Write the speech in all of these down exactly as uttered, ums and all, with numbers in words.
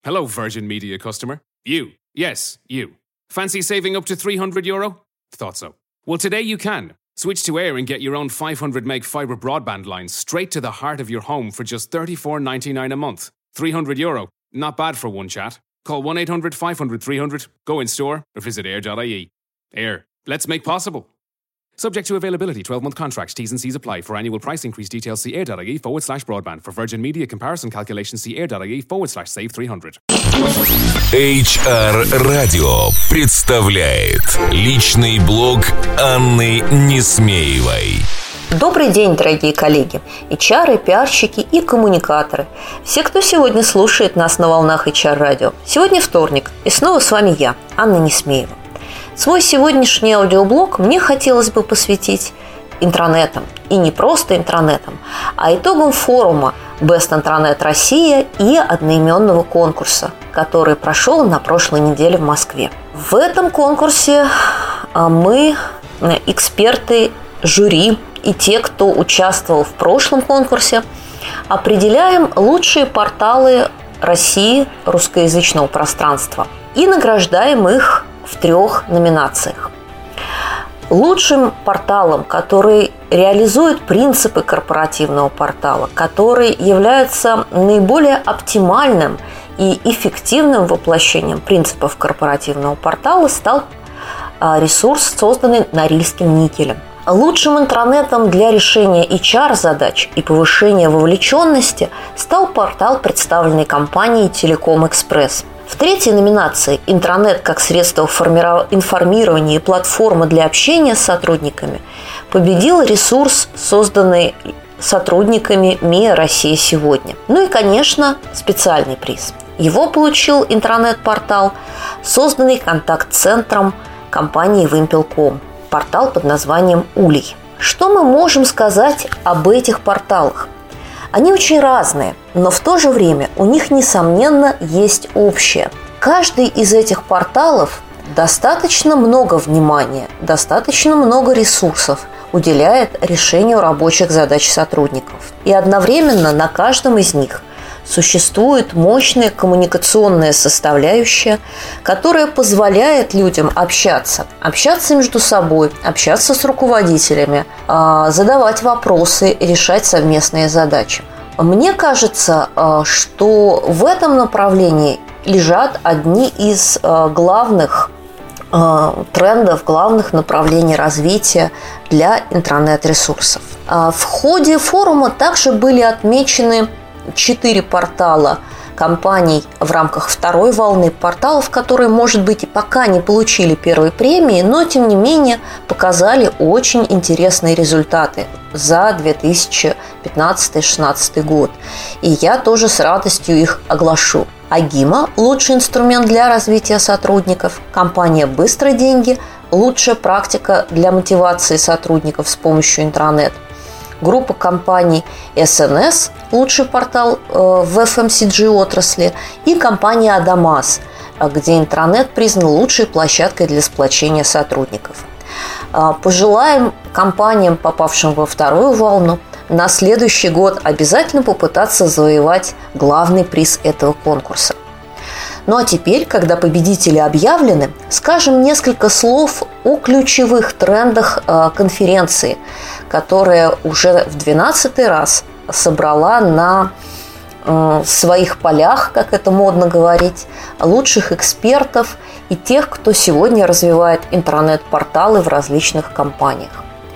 Hello, Virgin Media customer. You. Yes, you. Fancy saving up to three hundred euro? Thought so. Well, today you can. Switch to Air and get your own five hundred meg fibre broadband line straight to the heart of your home for just thirty-four ninety-nine a month. three hundred euro. Not bad for one chat. Call one eight hundred five hundred three hundred, go in store, or visit air dot I E. Air. Let's make possible. Subject to availability, twelve-month contracts, T's and C's apply. For annual price increase details, see air.ie forward slash broadband. For Virgin Media comparison calculations, see air.ie forward slash save three hundred. эйч ар Radio представляет личный блог Анны Несмеевой. Добрый день, дорогие коллеги, эйч ар, пиарщики и коммуникаторы. Все, кто сегодня слушает нас на волнах эйч ар Radio. Сегодня вторник, и снова с вами я, Анна Несмеева. Свой сегодняшний аудиоблог мне хотелось бы посвятить интранетам. И не просто интранетам, а итогам форума Best Intranet Россия и одноименного конкурса, который прошел на прошлой неделе в Москве. В этом конкурсе мы, эксперты, жюри и те, кто участвовал в прошлом конкурсе, определяем лучшие порталы России русскоязычного пространства и награждаем их в трех номинациях. Лучшим порталом, который реализует принципы корпоративного портала, который является наиболее оптимальным и эффективным воплощением принципов корпоративного портала, стал ресурс, созданный Норильским никелем. Лучшим интранетом для решения эйч ар-задач и повышения вовлеченности стал портал, представленный компанией Телеком Экспресс. В третьей номинации «Интранет как средство информирования и платформа для общения с сотрудниками» победил ресурс, созданный сотрудниками МИА «Россия сегодня». Ну и, конечно, специальный приз. Его получил интранет-портал, созданный контакт-центром компании Вымпел точка ком, портал под названием «Улей». Что мы можем сказать об этих порталах? Они очень разные, но в то же время у них, несомненно, есть общее. Каждый из этих порталов достаточно много внимания, достаточно много ресурсов уделяет решению рабочих задач сотрудников. И одновременно на каждом из них существует мощная коммуникационная составляющая, которая позволяет людям общаться, общаться между собой, общаться с руководителями, задавать вопросы, решать совместные задачи. Мне кажется, что в этом направлении лежат одни из главных трендов, главных направлений развития для интернет-ресурсов. В ходе форума также были отмечены четыре портала компаний в рамках второй волны, порталов, которые, может быть, и пока не получили первой премии, но, тем не менее, показали очень интересные результаты за две тысячи пятнадцатый — две тысячи шестнадцатый год. И я тоже с радостью их оглашу. Агима – лучший инструмент для развития сотрудников. Компания «Быстрые деньги» – лучшая практика для мотивации сотрудников с помощью интранет. Группа компаний эс эн эс – лучший портал в эф эм си джи отрасли, и компания Адамас, где интранет признан лучшей площадкой для сплочения сотрудников. Пожелаем компаниям, попавшим во вторую волну, на следующий год обязательно попытаться завоевать главный приз этого конкурса. Ну а теперь, когда победители объявлены, скажем несколько слов о ключевых трендах конференции, которая уже в двенадцатый раз собрала на своих полях, как это модно говорить, лучших экспертов и тех, кто сегодня развивает интернет-порталы в различных компаниях.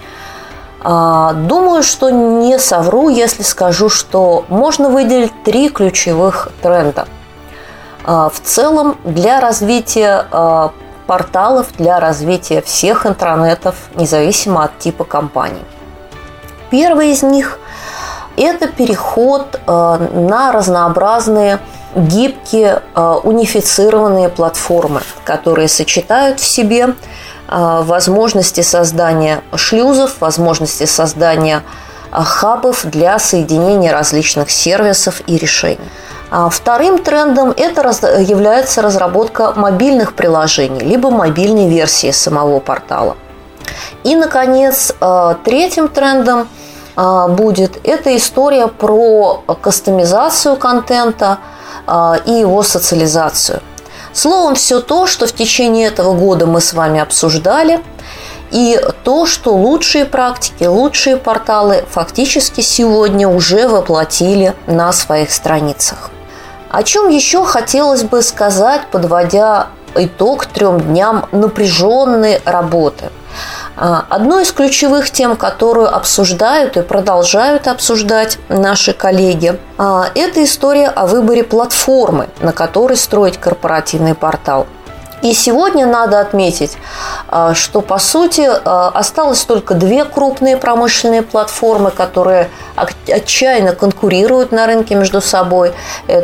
Думаю, что не совру, если скажу, что можно выделить три ключевых тренда. В целом, для развития порталов, для развития всех интранетов, независимо от типа компаний. Первый из них – это переход на разнообразные, гибкие, унифицированные платформы, которые сочетают в себе возможности создания шлюзов, возможности создания хабов для соединения различных сервисов и решений. Вторым трендом это является разработка мобильных приложений, либо мобильной версии самого портала. И, наконец, третьим трендом будет эта история про кастомизацию контента, и его социализацию. Словом, все то, что в течение этого года мы с вами обсуждали, и то, что лучшие практики, лучшие порталы фактически сегодня уже воплотили на своих страницах. О чем еще хотелось бы сказать, подводя итог трем дням напряженной работы. Одной из ключевых тем, которую обсуждают и продолжают обсуждать наши коллеги, это история о выборе платформы, на которой строить корпоративный портал. И сегодня надо отметить, что, по сути, осталось только две крупные промышленные платформы, которые отчаянно конкурируют на рынке между собой.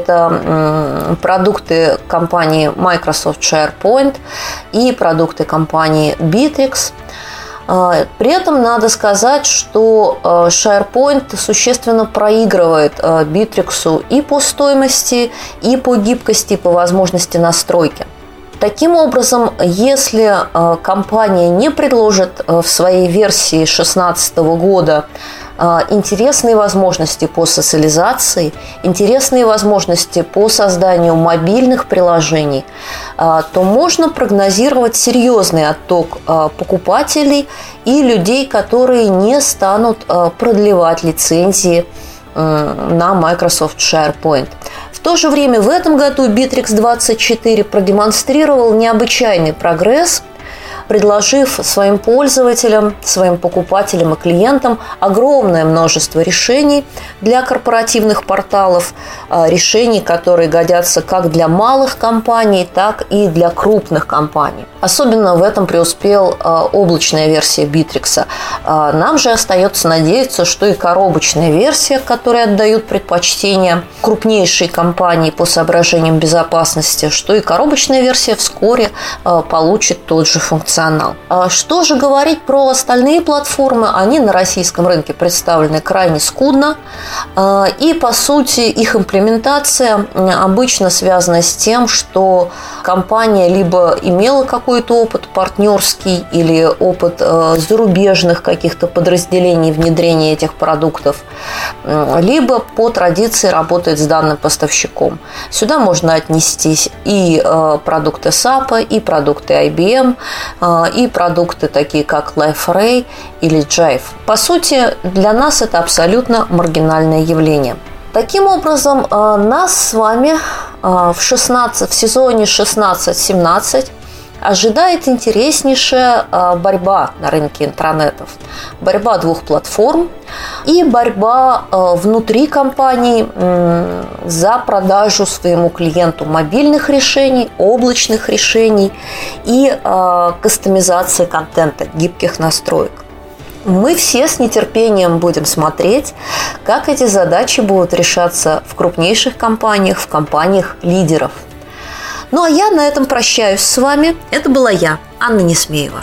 Это продукты компании Microsoft SharePoint и продукты компании Bittrex. При этом надо сказать, что SharePoint существенно проигрывает Bittrex и по стоимости, и по гибкости, и по возможности настройки. Таким образом, если компания не предложит в своей версии две тысячи шестнадцатого года интересные возможности по социализации, интересные возможности по созданию мобильных приложений, то можно прогнозировать серьезный отток покупателей и людей, которые не станут продлевать лицензии на Microsoft SharePoint. В то же время в этом году Bittrex двадцать четыре продемонстрировал необычайный прогресс, предложив своим пользователям, своим покупателям и клиентам огромное множество решений для корпоративных порталов, решений, которые годятся как для малых компаний, так и для крупных компаний. Особенно в этом преуспел облачная версия Bittrex. Нам же остается надеяться, что и коробочная версия, которой отдают предпочтение крупнейшие компании по соображениям безопасности, что и коробочная версия вскоре получит тот же функционал. Что же говорить про остальные платформы? Они на российском рынке представлены крайне скудно. И, по сути, их имплементация обычно связана с тем, что компания либо имела какой-то опыт партнерский или опыт зарубежных каких-то подразделений внедрения этих продуктов, либо по традиции работает с данным поставщиком. Сюда можно отнести и продукты сапа, и продукты ай би эм, и продукты такие как LifeArray или Jive. По сути, для нас это абсолютно маргинальное явление. Таким образом, нас с вами в, шестнадцать, в сезоне шестнадцать семнадцать ожидает интереснейшая борьба на рынке интранетов. Борьба двух платформ и борьба внутри компаний за продажу своему клиенту мобильных решений, облачных решений и кастомизации контента, гибких настроек. Мы все с нетерпением будем смотреть, как эти задачи будут решаться в крупнейших компаниях, в компаниях-лидеров. Ну а я на этом прощаюсь с вами. Это была я, Анна Несмеева.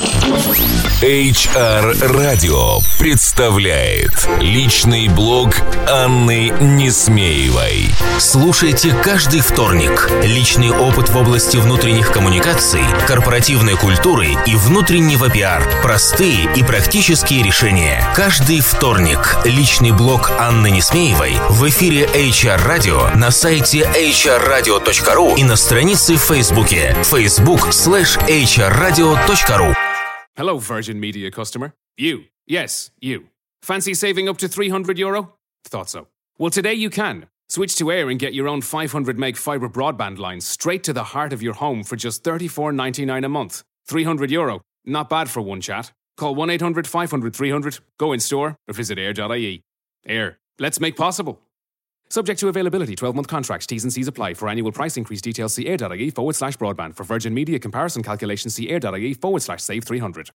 эйч ар Радио представляет личный блог Анны Несмеевой. Слушайте каждый вторник. Личный опыт в области внутренних коммуникаций, корпоративной культуры и внутреннего пиар. Простые и практические решения. Каждый вторник. Личный блог Анны Несмеевой в эфире эйч ар Радио, на сайте эйч ар радио точка ру и на странице в Фейсбуке facebook slash эйч ар радио точка ру. Hello, Virgin Media customer. You. Yes, you. Fancy saving up to three hundred euro? Thought so. Well, today you can. Switch to Air and get your own five hundred meg fibre broadband line straight to the heart of your home for just thirty-four ninety-nine a month. three hundred euro. Not bad for one chat. Call one eight hundred five hundred three hundred, go in store, or visit air dot I E. Air. Let's make possible. Subject to availability, twelve-month contracts, T's and C's apply. For annual price increase details, see air.ie forward slash broadband. For Virgin Media comparison calculations, see air.ie forward slash save three hundred.